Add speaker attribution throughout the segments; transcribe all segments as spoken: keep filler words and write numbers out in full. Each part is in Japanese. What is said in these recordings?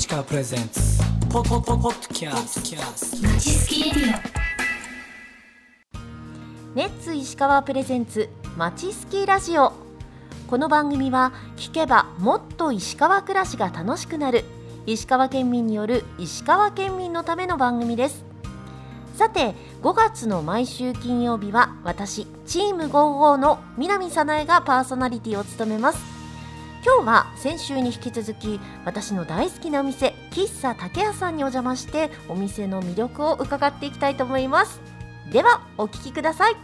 Speaker 1: 川プレゼンツポポポポッドキャストまちすきレディ
Speaker 2: オネッツ石川プレゼンツまちすきラジオ。この番組は聞けばもっと石川暮らしが楽しくなる石川県民による石川県民のための番組です。さてごがつの毎週金曜日は私チームごじゅうごの南早苗がパーソナリティを務めます。今日は先週に引き続き私の大好きなお店喫茶竹屋さんにお邪魔してお店の魅力を伺っていきたいと思います。ではお聞きください。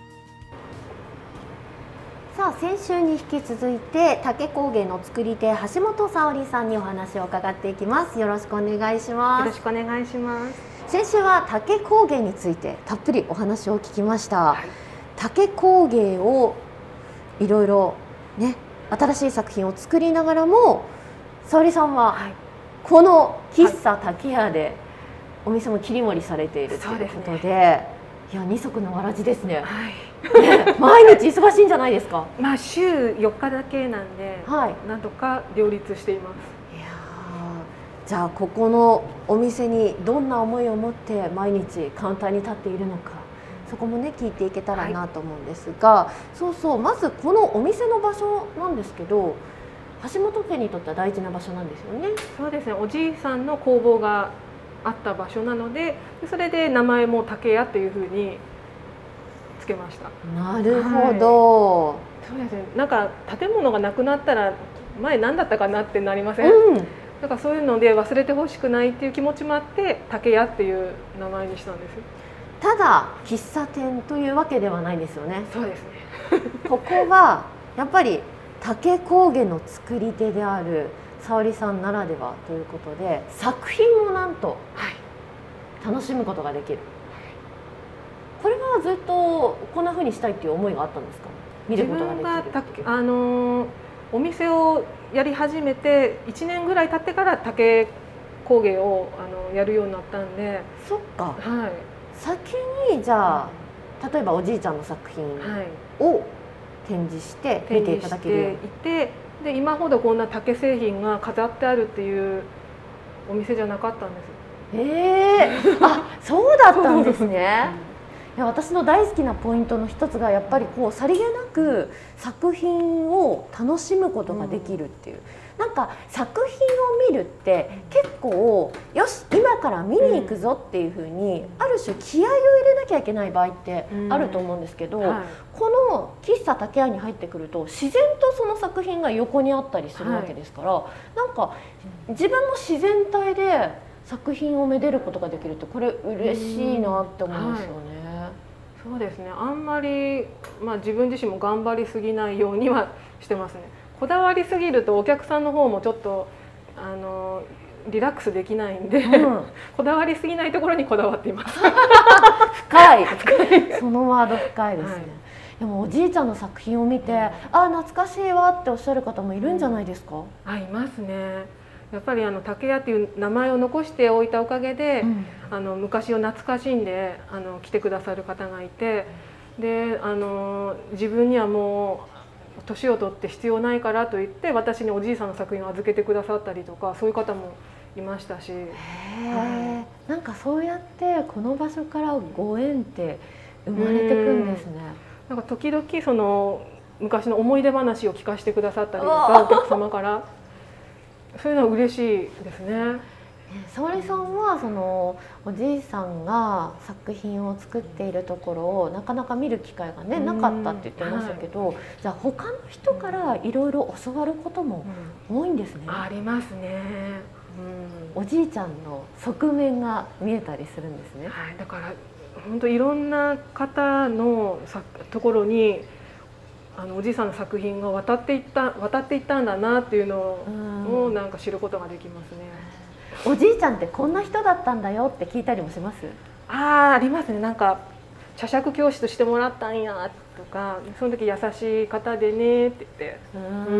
Speaker 2: さあ先週に引き続いて竹工芸の作り手橋本沙織さんにお話を伺っていきます。よろしくお願いします。
Speaker 3: よろしくお願いします。
Speaker 2: 先週は竹工芸についてたっぷりお話を聞きました、
Speaker 3: はい、
Speaker 2: 竹工芸をいろいろね新しい作品を作りながらも沙織さんはこの喫茶竹屋でお店も切り盛りされているということで、はいね、いや二足のわらじですね、はいね、毎日忙しいんじゃないですか？
Speaker 3: まあ週よっかだけなんで、はい、なんとか両立しています。
Speaker 2: いやじゃあここのお店にどんな思いを持って毎日カウンターに立っているのか、そこもね聞いていけたらなと思うんですが、はい、そうそうまずこのお店の場所なんですけど橋本家にとっては大事な場所なんですよね。
Speaker 3: そうですね、おじいさんの工房があった場所なので、それで名前も竹屋っていうふうにつけました。
Speaker 2: なるほど、はい、
Speaker 3: そうですね、なんか建物がなくなったら前何だったかなってなりません？うん、だからそういうので忘れてほしくないっていう気持ちもあって竹屋っていう名前にしたんです。
Speaker 2: ただ喫茶店というわけではないんですよね。
Speaker 3: そうですね
Speaker 2: ここはやっぱり竹工芸の作り手である沙織さんならではということで作品をなんと楽しむことができる、はい、これはずっとこんな風にしたいっていう思いがあったんですか？見ることができる。
Speaker 3: 自分がたあのお店をやり始めていちねんぐらい経ってから竹工芸をあのやるようになったんで。
Speaker 2: そっか、
Speaker 3: はい、
Speaker 2: 先にじゃあ例えばおじいちゃんの作品を展示して見ていただけるように、
Speaker 3: 展示していて、で今ほどこんな竹製品が飾ってあるっていうお店じゃなかったんです。
Speaker 2: えー、あそうだったんですね。いや私の大好きなポイントの一つがやっぱりこうさりげなく作品を楽しむことができるっていう、うん、なんか作品を見るって結構よし今から見に行くぞっていうふうにある種気合を入れなきゃいけない場合ってあると思うんですけど、うんはい、この喫茶竹屋に入ってくると自然とその作品が横にあったりするわけですから、はい、なんか自分も自然体で作品をめでることができるってこれ嬉しいなって思うんですよね。
Speaker 3: そうですね、あんまり、まあ、自分自身も頑張りすぎないようにはしてますね。こだわりすぎるとお客さんの方もちょっとあのリラックスできないんで、うん、こだわりすぎないところにこだわっています
Speaker 2: 深いそのワード深いですね、はい、でもおじいちゃんの作品を見て、うん、ああ懐かしいわっておっしゃる方もいるんじゃないですか？うん、
Speaker 3: あいますね。やっぱりあの竹屋っていう名前を残しておいたおかげで、うん、あの昔を懐かしんであの来てくださる方がいて、であの自分にはもう年を取って必要ないからと言って私におじいさんの作品を預けてくださったりとかそういう方もいましたし、へ
Speaker 2: え、なんかそうやってこの場所からご縁って生まれてくんですね。
Speaker 3: なんか時々その昔の思い出話を聞かせてくださったりとかお客様からそういうのは嬉しいですね。
Speaker 2: 沙織さんはそのおじいさんが作品を作っているところをなかなか見る機会がねなかったって言ってましたけど、はい、じゃあ他の人からいろいろ教わることも多いんですね。
Speaker 3: うん、ありますね。
Speaker 2: うん、おじいちゃんの側面が見えたりするんですね。
Speaker 3: はい、だから本当いろんな方のところにあのおじいさんの作品が渡っていった渡っていったんだなっていうのをなんか知ることができますね。
Speaker 2: おじいちゃんってこんな人だったんだよって聞いたりもします？
Speaker 3: ああ、ありますね。なんか茶杓教室してもらったんやとか、その時優しい方でねって言って、うん、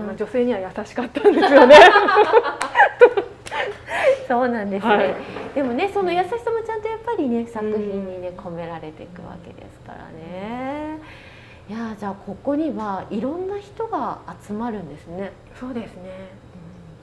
Speaker 3: まあ、女性には優しかったんですよね。
Speaker 2: そうなんですね、はい、でもねその優しさもちゃんとやっぱりね作品にね込められていくわけですからね。いやじゃあここにはいろんな人が集まるんですね。
Speaker 3: そうですね。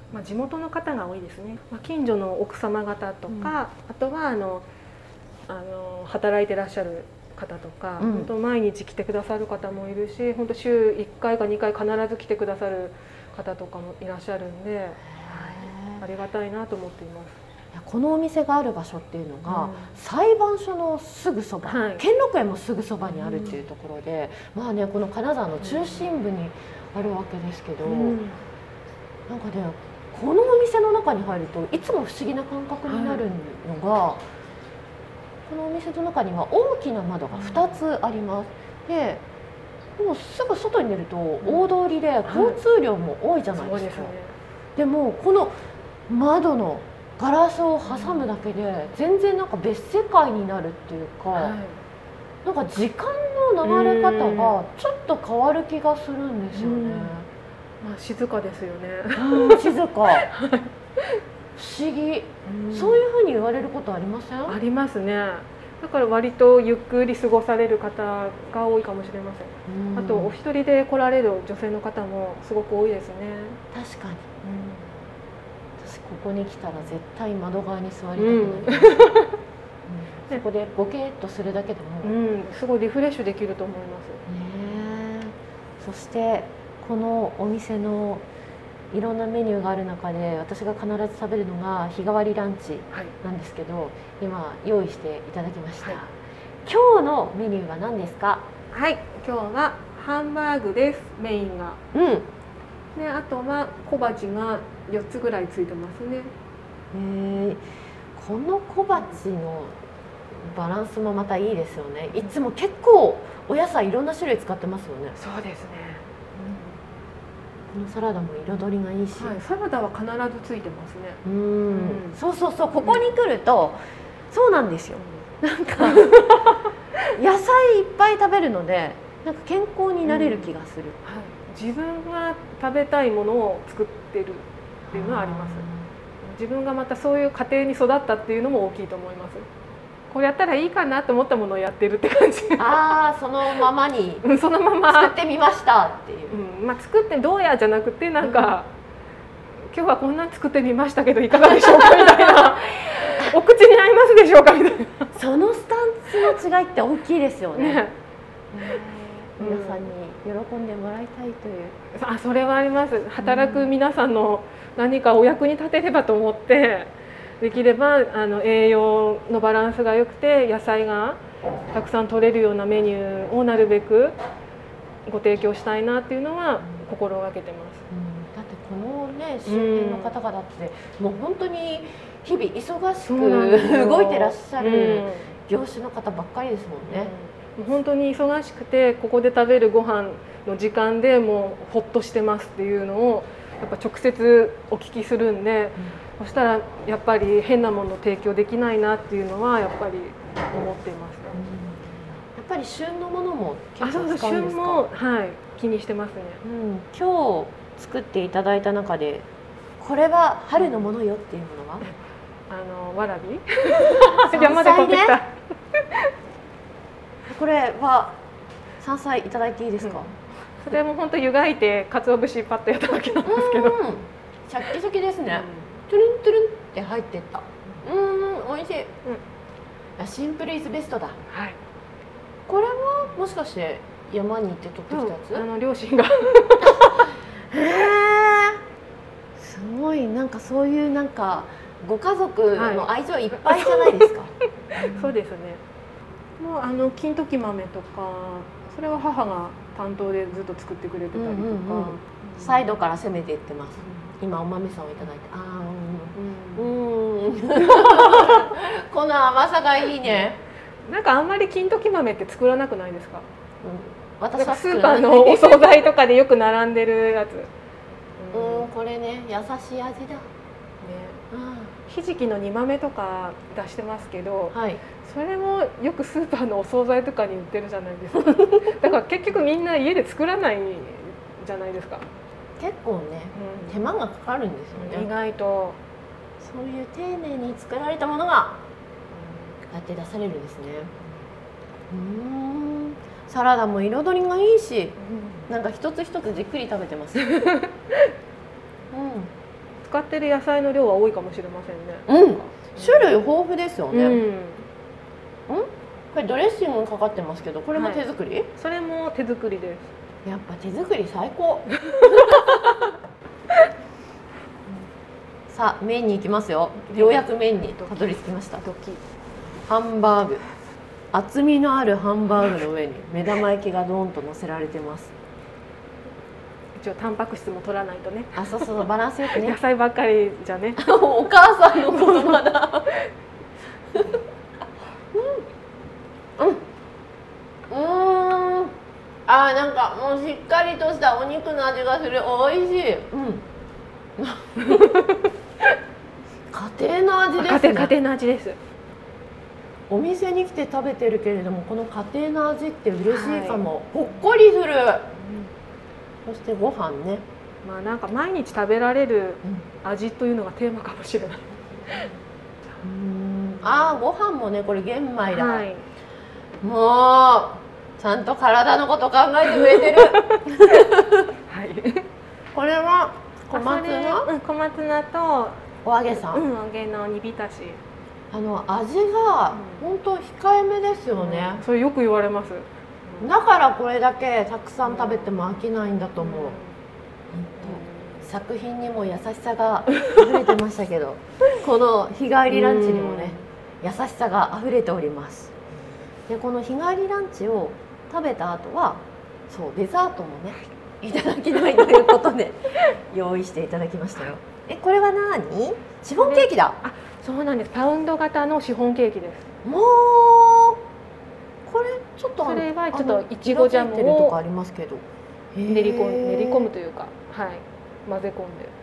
Speaker 3: まあ、地元の方が多いですね。まあ、近所の奥様方とか、うん、あとはあのあの働いてらっしゃる方とか、うん、本当毎日来てくださる方もいるし、本当週いっかいかにかい必ず来てくださる方とかもいらっしゃるんで、はい、ありがたいなと思っています。
Speaker 2: このお店がある場所っていうのが、うん、裁判所のすぐそば、はい、兼六園もすぐそばにあるっていうところで、うん、まあねこの金沢の中心部にあるわけですけど、うん、なんかねこのお店の中に入るといつも不思議な感覚になるのが、はい、このお店の中には大きな窓がふたつあります。ででもすぐ外に出ると大通りで交通量も多いじゃないですか。でもこの窓のガラスを挟むだけで全然なんか別世界になるっていうか、はい、なんか時間の流れ方がちょっと変わる気がするんですよね。
Speaker 3: まあ、静かですよね。
Speaker 2: うん、静か。不思議。そういうふうに言われることありません？
Speaker 3: ありますね。だから割とゆっくり過ごされる方が多いかもしれません。あとお一人で来られる女性の方もすごく多いですね。
Speaker 2: 確かに。私ここに来たら絶対窓側に座りたくなります。うん、そこでボケーっとするだけでも、
Speaker 3: うん、すごいリフレッシュできると思います。
Speaker 2: ね。そしてこのお店のいろんなメニューがある中で私が必ず食べるのが日替わりランチなんですけど、はい、今用意していただきました、はい、今日のメニューは何ですか？
Speaker 3: はい、今日はハンバーグです、メインが。うん。で、あとは小鉢がよっつぐらいついてますね。
Speaker 2: へえ、この小鉢のバランスもまたいいですよね。いつも結構お野菜いろんな種類使ってますよね。
Speaker 3: そうですね。
Speaker 2: このサラダも彩りがいいし、
Speaker 3: はい、サラダは必ずついてますね。
Speaker 2: うん、うん、そうそうそう、ここに来ると、うん、そうなんですよ。なんか野菜いっぱい食べるので、なんか健康になれる気がする。うん、
Speaker 3: はい、自分が食べたいものを作ってるっていうのはあります。自分がまたそういう家庭に育ったっていうのも大きいと思います。こうやったらいいかなと思ったものをやってるって感じ。
Speaker 2: ああ、そのままに
Speaker 3: そのまま
Speaker 2: 作ってみましたっていう、
Speaker 3: うん、まあ、作ってどうやじゃなくて、なんか、うん、今日はこんな作ってみましたけどいかがでしょうかみたいなお口に合いますでしょうかみたいな
Speaker 2: そのスタンスの違いって大きいですよね。ね、皆さんに喜んでもらいたいという、
Speaker 3: あ、それはあります。働く皆さんの何かお役に立てればと思って、できればあの栄養のバランスが良くて野菜がたくさん取れるようなメニューをなるべくご提供したいなっていうのは心がけてます。
Speaker 2: うん、だってこのね周辺の方々って、うん、もう本当に日々忙しく動いてらっしゃる業種の方ばっかりですもんね。
Speaker 3: うん、もう本当に忙しくてここで食べるご飯の時間でもうほっとしてますっていうのをやっぱ直接お聞きするんで。うん、そしたらやっぱり変なものを提供できないなっていうのはやっぱり思っています。
Speaker 2: やっぱり旬のものも結構使うんですか？
Speaker 3: 旬も、はい、気にしてますね。
Speaker 2: うん、今日作っていただいた中でこれは春のものよっていうものは、
Speaker 3: あのわらび山で取ってきた
Speaker 2: これは山菜いただいていいですか？うん、
Speaker 3: それも本当湯がいて鰹節パッとやっただけなんですけど、
Speaker 2: シャッキシャキですね。うん、トゥルントゥルンって入ってった。うん、美味しい。うん、シンプルイズベストだ。はい。これはもしかして山に行って取ってきたやつ？
Speaker 3: うん、あの両親が。へ
Speaker 2: え。すごい、なんかそういうなんかご家族の愛情いっぱいじゃないですか。はい、
Speaker 3: そうですね。もうあの金時豆とか、それは母が担当でずっと作ってくれてたりとか、うんうんうん、
Speaker 2: サイドから攻めていってます。うん、今お豆さんをいただいて、ああ、うん、うん、この甘さがいいね。
Speaker 3: なんかあんまり金時豆って作らなくないですか？
Speaker 2: うん、私は
Speaker 3: スーパーのお惣菜とかでよく並んでるやつ。
Speaker 2: うん、これね、優しい味だ。ね、
Speaker 3: うん、ひじきの煮豆とか出してますけど、はい、それもよくスーパーのお惣菜とかに売ってるじゃないですか。だから結局みんな家で作らないじゃないですか。
Speaker 2: 結構ね、うん、手間がかかるんですよね。
Speaker 3: 意外と
Speaker 2: そういう丁寧に作られたものがこうやって出されるんですね。うん、サラダも彩りがいいし、うん、なんか一つ一つじっくり食べてます。うん、
Speaker 3: 使使ってる野菜の量は多いかもしれませんね。
Speaker 2: うん、種類豊富ですよね。
Speaker 3: うん、
Speaker 2: これドレッシングかかってますけど、これも手作り？はい、
Speaker 3: それも手作りです。
Speaker 2: やっぱ手作り最高。さあ麺に行きますよ。ようやく麺にたどり着きました。ハンバーグ、厚みのあるハンバーグの上に目玉焼きがドーンと乗せられてます。
Speaker 3: 一応タンパク質も取らないとね。
Speaker 2: あ、そうそう、バランスよくね。
Speaker 3: 野菜ばっかりじゃね。
Speaker 2: お母さんの言葉だ。うん、うん、うん。あー、なんかもうしっかりとしたお肉の味がする。美味しい。うん。家庭の味ですね。
Speaker 3: 家庭の味です。
Speaker 2: お店に来て食べてるけれども、この家庭の味って嬉しいかも。はい、ほっこりする。うん、そしてご飯ね。
Speaker 3: まあなんか毎日食べられる味というのがテーマかもしれない。
Speaker 2: うん、ああ、ご飯もね、これ玄米だ。はい、もうちゃんと体のこと考えてくれてる。はい。これは小松菜？
Speaker 3: うん、小松菜と
Speaker 2: お揚げさん。
Speaker 3: うん、揚げの煮浸し。
Speaker 2: あの味が本当控えめですよね。
Speaker 3: うん、それよく言われます。
Speaker 2: だからこれだけたくさん食べても飽きないんだと思う。うん、作品にも優しさが溢れてましたけど、この日帰りランチにもね、優しさが溢れております。で、この日帰りランチを食べた後は、そうデザートもねいただきたいということで用意していただきましたよ。え、これは何？シフォンケーキだ。
Speaker 3: あ、そうなんです。パウンド型のシフォンケーキです。
Speaker 2: もうこれちょっと
Speaker 3: それはちょっといちごジャムを
Speaker 2: とかありますけど、
Speaker 3: 練り込ん練り込むというか、はい、混ぜ込んで。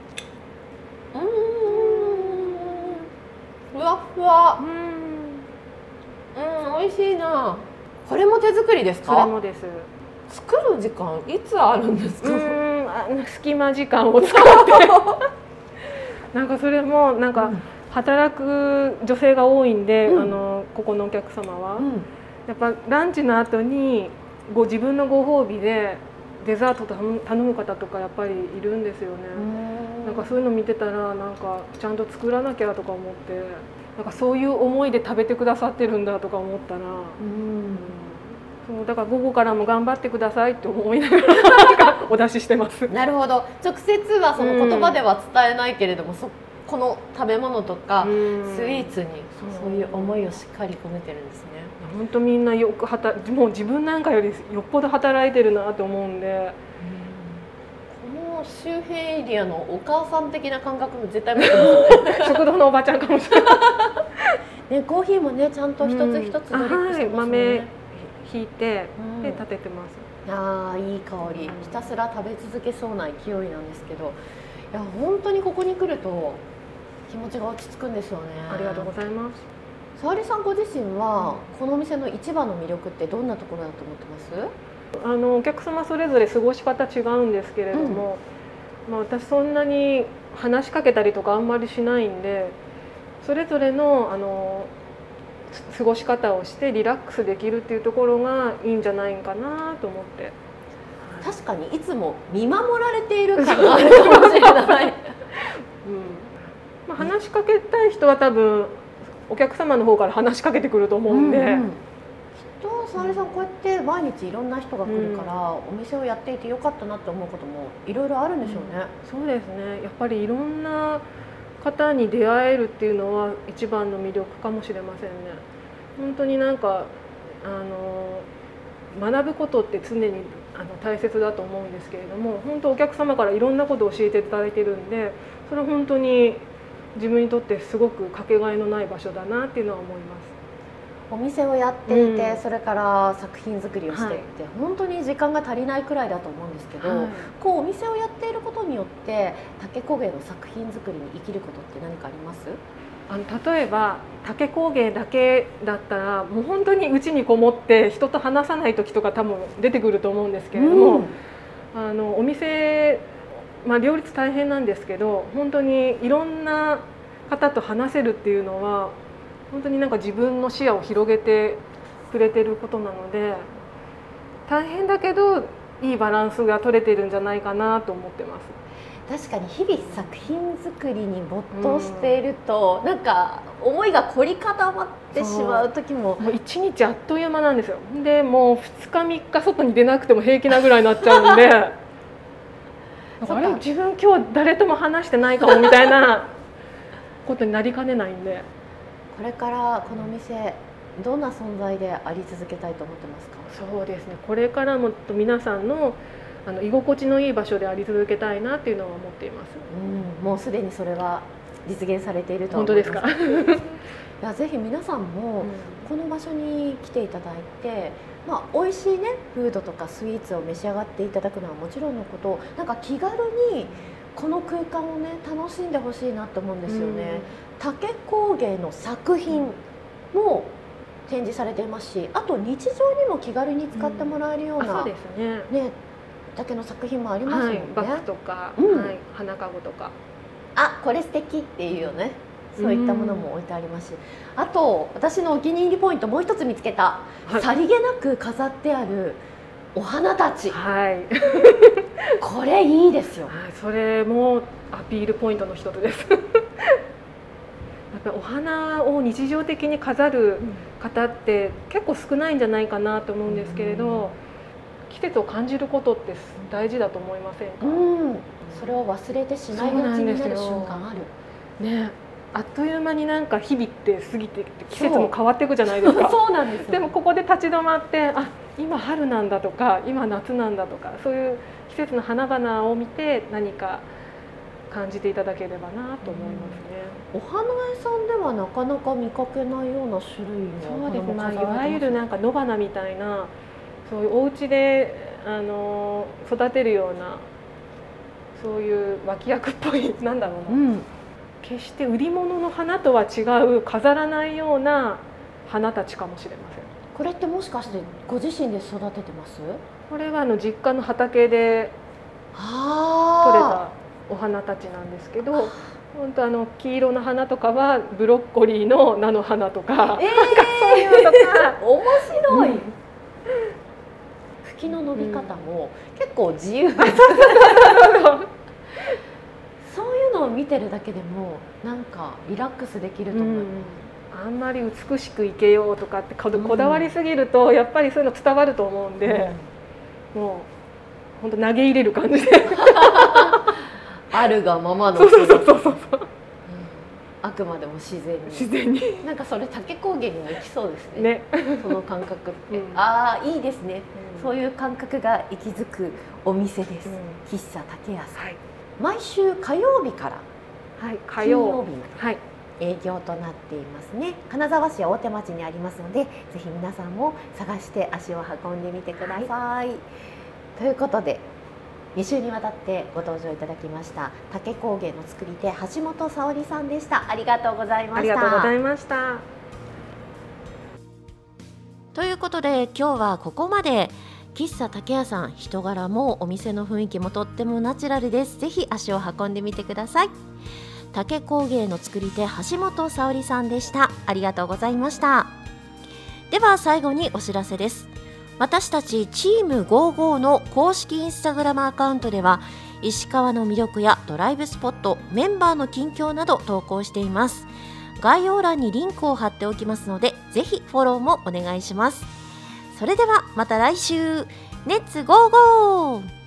Speaker 2: うん、ふわふわ。うん、うん、美味しいな。これも手作りですか？
Speaker 3: それもです。
Speaker 2: 作る時間いつあるんですか？うん、
Speaker 3: あの隙間時間を使って。なんかそれもなんか働く女性が多いんで、うん、あのここのお客様は、うん、やっぱランチの後にご自分のご褒美でデザート頼む方とかやっぱりいるんですよね。なんかそういうの見てたらなんかちゃんと作らなきゃとか思って、なんかそういう思いで食べてくださってるんだとか思ったら、うんそうだから午後からも頑張ってくださいって思いながらお出ししてます。
Speaker 2: なるほど。直接はその言葉では伝えないけれども、うん、そこの食べ物とかスイーツにそういう思いをしっかり込めてるんですね。
Speaker 3: 本当みんなよく働もう自分なんかよりよっぽど働いてるなと思うんで。
Speaker 2: この周辺エリアのお母さん的な感覚も絶対見てますね。
Speaker 3: 食堂のおばちゃんかもしれない。
Speaker 2: ね、コーヒーもねちゃんと一つ一つドリップしてますもんね。
Speaker 3: 引いて、うん、で立ててます。
Speaker 2: ああ、いい香り、ひたすら食べ続けそうな勢いなんですけど、いや本当にここに来ると気持ちが落ち着くんですよね。
Speaker 3: ありがとうございます。
Speaker 2: 沙織さんご自身はこのお店の一番の魅力ってどんなところだと思ってます？
Speaker 3: あのお客様それぞれ過ごし方違うんですけれども、うん、まあ私そんなに話しかけたりとかあんまりしないんで、それぞれのあの過ごし方をしてリラックスできるっていうところがいいんじゃないかなと思って。
Speaker 2: 確かにいつも見守られている感があるかもしれない。うん、
Speaker 3: まあ、話しかけたい人は多分お客様の方から話しかけてくると思うんで、うんうん、きっ
Speaker 2: と沙織さんこうやって毎日いろんな人が来るから、うん、お店をやっていてよかったなって思うこともいろいろあるんでしょうね。
Speaker 3: うん、そうですね。やっぱりいろんな方に出会えるっていうのは一番の魅力かもしれませんね。本当になんかあの学ぶことって常にあの大切だと思うんですけれども、本当お客様からいろんなことを教えていただいてるんで、それは本当に自分にとってすごくかけがえのない場所だなっていうのは思います。
Speaker 2: お店をやっていて、うん、それから作品作りをしていって、はい、本当に時間が足りないくらいだと思うんですけど、はい、こうお店をやっていることによって竹工芸の作品作りに生きることって何かあります？
Speaker 3: あの例えば竹工芸だけだったらもう本当にうちにこもって人と話さない時とか多分出てくると思うんですけれども、うん、あのお店、まあ、両立大変なんですけど、本当にいろんな方と話せるっていうのは本当になんか自分の視野を広げてくれてることなので、大変だけどいいバランスが取れてるんじゃないかなと思ってます。
Speaker 2: 確かに日々作品作りに没頭していると、うん、なんか思いが凝り固まってしまう時も
Speaker 3: もう一日あっという間なんですよ。でもうふつかみっか外に出なくても平気なぐらいになっちゃうんであれ自分今日誰とも話してないかもみたいなことになりかねないんで、
Speaker 2: これからこのお店どんな存在であり続けたいと思ってますか？
Speaker 3: そうですね、これからも皆さんのあの居心地のいい場所であり続けたいなっていうのは思っています。
Speaker 2: うん、もうすでにそれは実現されていると思います。
Speaker 3: 本当ですか？
Speaker 2: いやぜひ皆さんもこの場所に来ていただいて、まあ、美味しいねフードとかスイーツを召し上がっていただくのはもちろんのこと、なんか気軽にこの空間をね楽しんでほしいなと思うんですよね。竹工芸の作品も展示されていますし、あと日常にも気軽に使ってもらえるような、
Speaker 3: うん、そうですね。
Speaker 2: ね、竹の作品もありますもんね。はい、
Speaker 3: バッグとか、うん、はい、花かごとか、
Speaker 2: あ、これ素敵っていうよね。そういったものも置いてありますし、あと私のお気に入りポイントもう一つ見つけた、はい、さりげなく飾ってあるお花たち、はい、これいいですよ、はい、
Speaker 3: それもアピールポイントの一つですやっぱりお花を日常的に飾る方って結構少ないんじゃないかなと思うんですけれど、季節を感じることって大事だと思いませんか？
Speaker 2: うん、それを忘れてしないうちになる瞬間あるね。
Speaker 3: あっという間になんか日々って過ぎていって季節も変わっていくじゃないですか。
Speaker 2: そうなんです。
Speaker 3: でもここで立ち止まって、あ、今春なんだとか今夏なんだとか、そういう季節の花々を見て何か感じていただければなと思いますね。
Speaker 2: お花屋さんではなかなか見かけないような種類のお花も飾られてます。そうですね、まあ、い
Speaker 3: わゆるなんか野花みたいな、そういうお家であの育てるようなそういう脇役っぽいなんだろうな。うん、決して売り物の花とは違う飾らないような花たちかもしれません。
Speaker 2: これってもしかしてご自身で育ててます？
Speaker 3: これはあの実家の畑で採れたお花たちなんですけど、本当あの黄色の花とかはブロッコリーの菜の花とか、えー、そういうのとか
Speaker 2: 面白い、うん、茎の伸び方も結構自由な、うん、そういうのを見てるだけでもなんかリラックスできると思います、
Speaker 3: うん、あんまり美しくいけようとかってこだわりすぎるとやっぱりそういうの伝わると思うんで、うん、もう本当投げ入れる感じで
Speaker 2: あるがままの、
Speaker 3: そうそうそうそうそう、
Speaker 2: あくまでも自然に
Speaker 3: 自然に
Speaker 2: なんかそれ竹工芸にもいきそうですね、
Speaker 3: ね
Speaker 2: その感覚って、
Speaker 3: うん、
Speaker 2: ああいいですね、うん、そういう感覚が息づくお店です、うん、喫茶竹屋さん、はい、毎週火曜日から、
Speaker 3: はい、
Speaker 2: 火曜日の営業となっていますね。金沢市大手町にありますので、ぜひ皆さんも探して足を運んでみてください、はい、ということでに週にわたってご登場いただきました竹工芸の作り手橋本沙織さんでした。ありがとうございました。
Speaker 3: ありがとうございました。
Speaker 2: ということで今日はここまで。喫茶竹屋さん、人柄もお店の雰囲気もとってもナチュラルです。ぜひ足を運んでみてください。竹工芸の作り手橋本沙織さんでした。ありがとうございました。では最後にお知らせです。私たちチームごじゅうごの公式インスタグラムアカウントでは石川の魅力やドライブスポット、メンバーの近況など投稿しています。概要欄にリンクを貼っておきますので、ぜひフォローもお願いします。それではまた来週、レッツゴーゴー。